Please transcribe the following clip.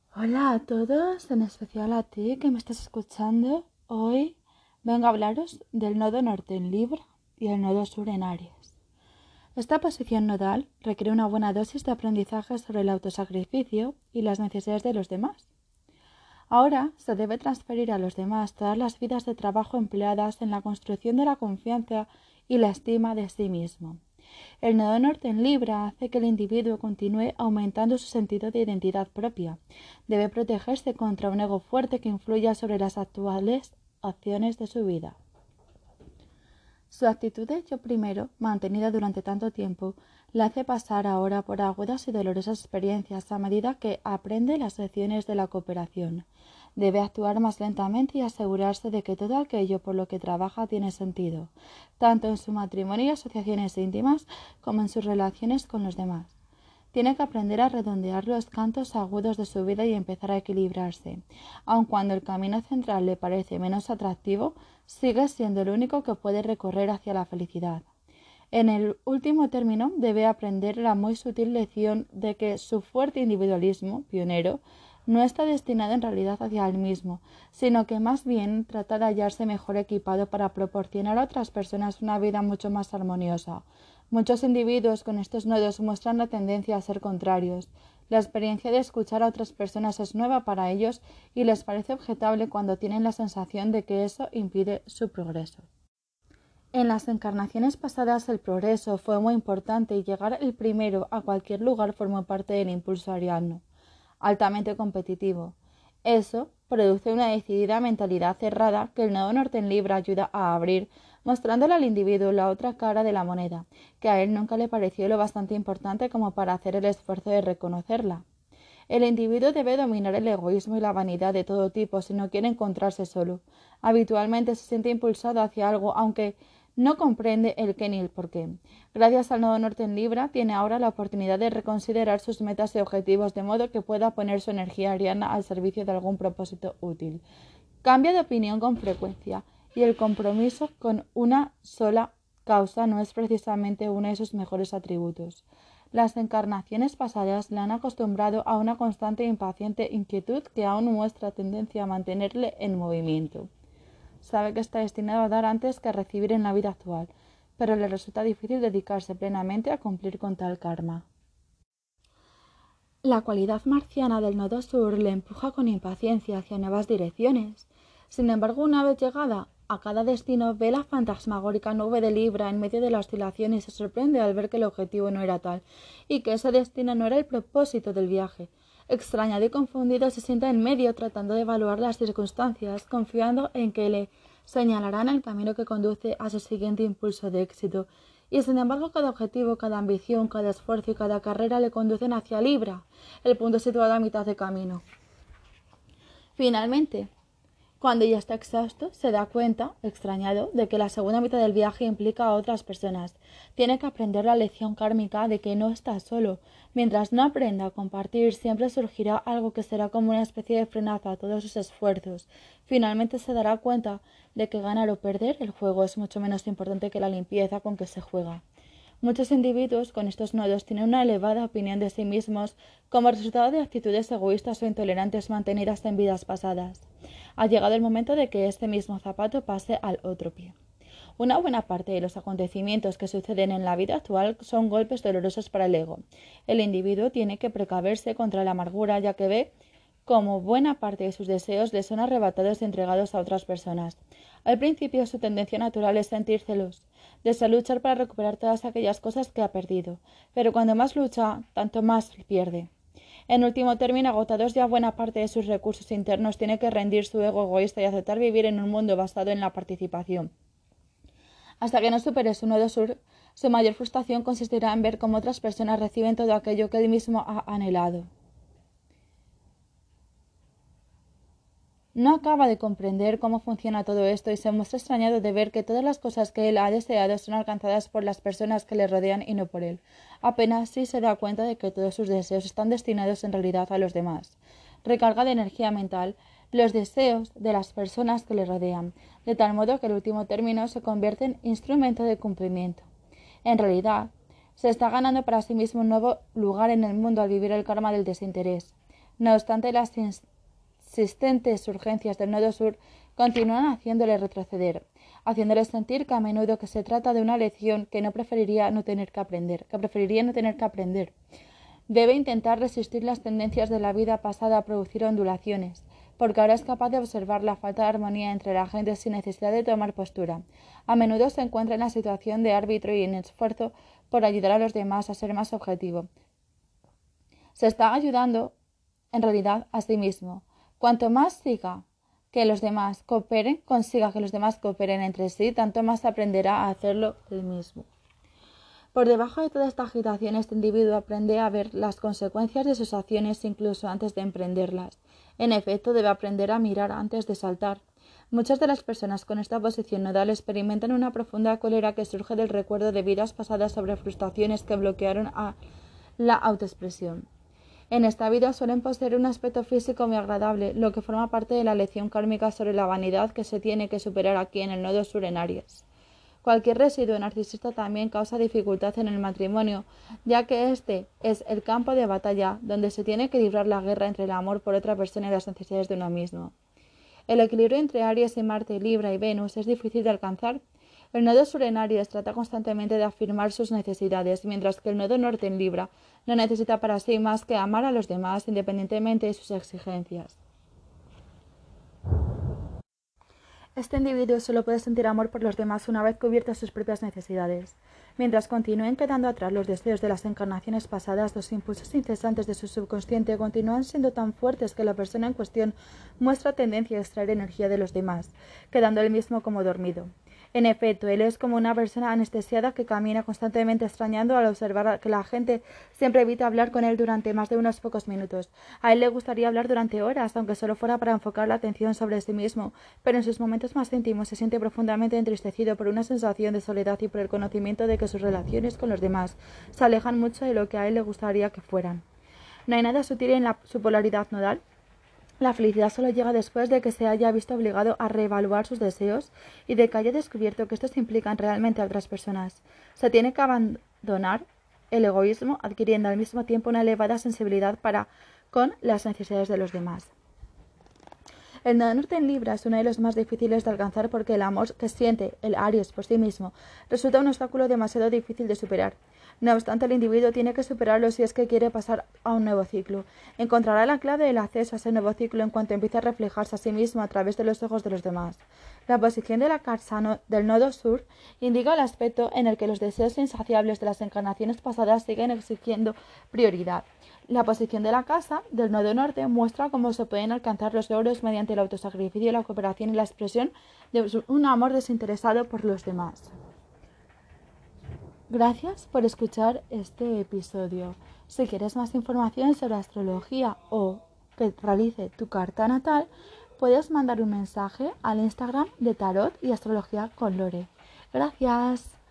Hola a todos, en especial a ti que me estás escuchando. Hoy vengo a hablaros del nodo norte en Libra y el nodo sur en Aries. Esta posición nodal requiere una buena dosis de aprendizaje sobre el autosacrificio y las necesidades de los demás. Ahora se debe transferir a los demás todas las vidas de trabajo empleadas en la construcción de la confianza y la estima de sí mismo. El nodo norte en Libra hace que el individuo continúe aumentando su sentido de identidad propia. Debe protegerse contra un ego fuerte que influya sobre las actuales acciones de su vida. Su actitud de yo primero, mantenida durante tanto tiempo, le hace pasar ahora por agudas y dolorosas experiencias a medida que aprende las lecciones de la cooperación. Debe actuar más lentamente y asegurarse de que todo aquello por lo que trabaja tiene sentido, tanto en su matrimonio y asociaciones íntimas como en sus relaciones con los demás. Tiene que aprender a redondear los cantos agudos de su vida y empezar a equilibrarse. Aun cuando el camino central le parece menos atractivo, sigue siendo el único que puede recorrer hacia la felicidad. En el último término, debe aprender la muy sutil lección de que su fuerte individualismo, pionero, no está destinado en realidad hacia él mismo, sino que más bien trata de hallarse mejor equipado para proporcionar a otras personas una vida mucho más armoniosa. Muchos individuos con estos nodos muestran la tendencia a ser contrarios. La experiencia de escuchar a otras personas es nueva para ellos y les parece objetable cuando tienen la sensación de que eso impide su progreso. En las encarnaciones pasadas el progreso fue muy importante y llegar el primero a cualquier lugar formó parte del impulso ariano, altamente competitivo. Eso produce una decidida mentalidad cerrada que el nodo norte en Libra ayuda a abrir, mostrándole al individuo la otra cara de la moneda, que a él nunca le pareció lo bastante importante como para hacer el esfuerzo de reconocerla. El individuo debe dominar el egoísmo y la vanidad de todo tipo si no quiere encontrarse solo. Habitualmente se siente impulsado hacia algo, aunque no comprende el qué ni el por qué. Gracias al nodo norte en Libra, tiene ahora la oportunidad de reconsiderar sus metas y objetivos de modo que pueda poner su energía ariana al servicio de algún propósito útil. Cambia de opinión con frecuencia y el compromiso con una sola causa no es precisamente uno de sus mejores atributos. Las encarnaciones pasadas le han acostumbrado a una constante e impaciente inquietud que aún muestra tendencia a mantenerle en movimiento. Sabe que está destinado a dar antes que a recibir en la vida actual, pero le resulta difícil dedicarse plenamente a cumplir con tal karma. La cualidad marciana del nodo sur le empuja con impaciencia hacia nuevas direcciones. Sin embargo, una vez llegada a cada destino, ve la fantasmagórica nube de Libra en medio de la oscilación y se sorprende al ver que el objetivo no era tal y que ese destino no era el propósito del viaje. Extrañado y confundido, se sienta en medio tratando de evaluar las circunstancias, confiando en que le señalarán el camino que conduce a su siguiente impulso de éxito. Y sin embargo, cada objetivo, cada ambición, cada esfuerzo y cada carrera le conducen hacia Libra, el punto situado a mitad de camino. Finalmente, cuando ya está exhausto, se da cuenta, extrañado, de que la segunda mitad del viaje implica a otras personas. Tiene que aprender la lección kármica de que no está solo. Mientras no aprenda a compartir, siempre surgirá algo que será como una especie de frenazo a todos sus esfuerzos. Finalmente se dará cuenta de que ganar o perder el juego es mucho menos importante que la limpieza con que se juega. Muchos individuos con estos nodos tienen una elevada opinión de sí mismos como resultado de actitudes egoístas o intolerantes mantenidas en vidas pasadas. Ha llegado el momento de que este mismo zapato pase al otro pie. Una buena parte de los acontecimientos que suceden en la vida actual son golpes dolorosos para el ego. El individuo tiene que precaverse contra la amargura, ya que ve como buena parte de sus deseos le son arrebatados y entregados a otras personas. Al principio su tendencia natural es sentir celos, desea luchar para recuperar todas aquellas cosas que ha perdido, pero cuando más lucha, tanto más pierde. En último término, agotados ya buena parte de sus recursos internos, tiene que rendir su ego egoísta y aceptar vivir en un mundo basado en la participación. Hasta que no supere su nodo sur, su mayor frustración consistirá en ver cómo otras personas reciben todo aquello que él mismo ha anhelado. No acaba de comprender cómo funciona todo esto y se muestra extrañado de ver que todas las cosas que él ha deseado son alcanzadas por las personas que le rodean y no por él. Apenas sí se da cuenta de que todos sus deseos están destinados en realidad a los demás. Recarga de energía mental los deseos de las personas que le rodean, de tal modo que el último término se convierte en instrumento de cumplimiento. En realidad, se está ganando para sí mismo un nuevo lugar en el mundo al vivir el karma del desinterés. No obstante, las insistentes urgencias del nodo sur continúan haciéndole retroceder, haciéndole sentir que a menudo que se trata de una lección que preferiría no tener que aprender. Debe intentar resistir las tendencias de la vida pasada a producir ondulaciones, porque ahora es capaz de observar la falta de armonía entre la gente sin necesidad de tomar postura. A menudo se encuentra en la situación de árbitro y en esfuerzo por ayudar a los demás a ser más objetivo. Se está ayudando, en realidad, a sí mismo. Cuanto más consiga que los demás cooperen entre sí, tanto más aprenderá a hacerlo él mismo. Por debajo de toda esta agitación, este individuo aprende a ver las consecuencias de sus acciones incluso antes de emprenderlas. En efecto, debe aprender a mirar antes de saltar. Muchas de las personas con esta posición nodal experimentan una profunda cólera que surge del recuerdo de vidas pasadas sobre frustraciones que bloquearon a la autoexpresión. En esta vida suelen poseer un aspecto físico muy agradable, lo que forma parte de la lección kármica sobre la vanidad que se tiene que superar aquí en el nodo sur en Aries. Cualquier residuo narcisista también causa dificultad en el matrimonio, ya que este es el campo de batalla donde se tiene que librar la guerra entre el amor por otra persona y las necesidades de uno mismo. El equilibrio entre Aries y Marte, Libra y Venus es difícil de alcanzar. El nodo sur en Aries trata constantemente de afirmar sus necesidades, mientras que el nodo norte en Libra no necesita para sí más que amar a los demás independientemente de sus exigencias. Este individuo solo puede sentir amor por los demás una vez cubiertas sus propias necesidades. Mientras continúen quedando atrás los deseos de las encarnaciones pasadas, los impulsos incesantes de su subconsciente continúan siendo tan fuertes que la persona en cuestión muestra tendencia a extraer energía de los demás, quedando él mismo como dormido. En efecto, él es como una persona anestesiada que camina constantemente extrañando al observar que la gente siempre evita hablar con él durante más de unos pocos minutos. A él le gustaría hablar durante horas, aunque solo fuera para enfocar la atención sobre sí mismo, pero en sus momentos más íntimos se siente profundamente entristecido por una sensación de soledad y por el conocimiento de que sus relaciones con los demás se alejan mucho de lo que a él le gustaría que fueran. No hay nada sutil en su polaridad nodal. La felicidad solo llega después de que se haya visto obligado a reevaluar sus deseos y de que haya descubierto que estos implican realmente a otras personas. Se tiene que abandonar el egoísmo, adquiriendo al mismo tiempo una elevada sensibilidad para con las necesidades de los demás. El nodo norte en Libra es uno de los más difíciles de alcanzar porque el amor que siente el Aries por sí mismo resulta un obstáculo demasiado difícil de superar. No obstante, el individuo tiene que superarlo si es que quiere pasar a un nuevo ciclo. Encontrará la clave del acceso a ese nuevo ciclo en cuanto empiece a reflejarse a sí mismo a través de los ojos de los demás. La posición de la casa del nodo sur indica el aspecto en el que los deseos insaciables de las encarnaciones pasadas siguen exigiendo prioridad. La posición de la casa del nodo norte muestra cómo se pueden alcanzar los logros mediante el autosacrificio, la cooperación y la expresión de un amor desinteresado por los demás. Gracias por escuchar este episodio. Si quieres más información sobre astrología o que realice tu carta natal, puedes mandar un mensaje al Instagram de Tarot y Astrología con Lore. Gracias.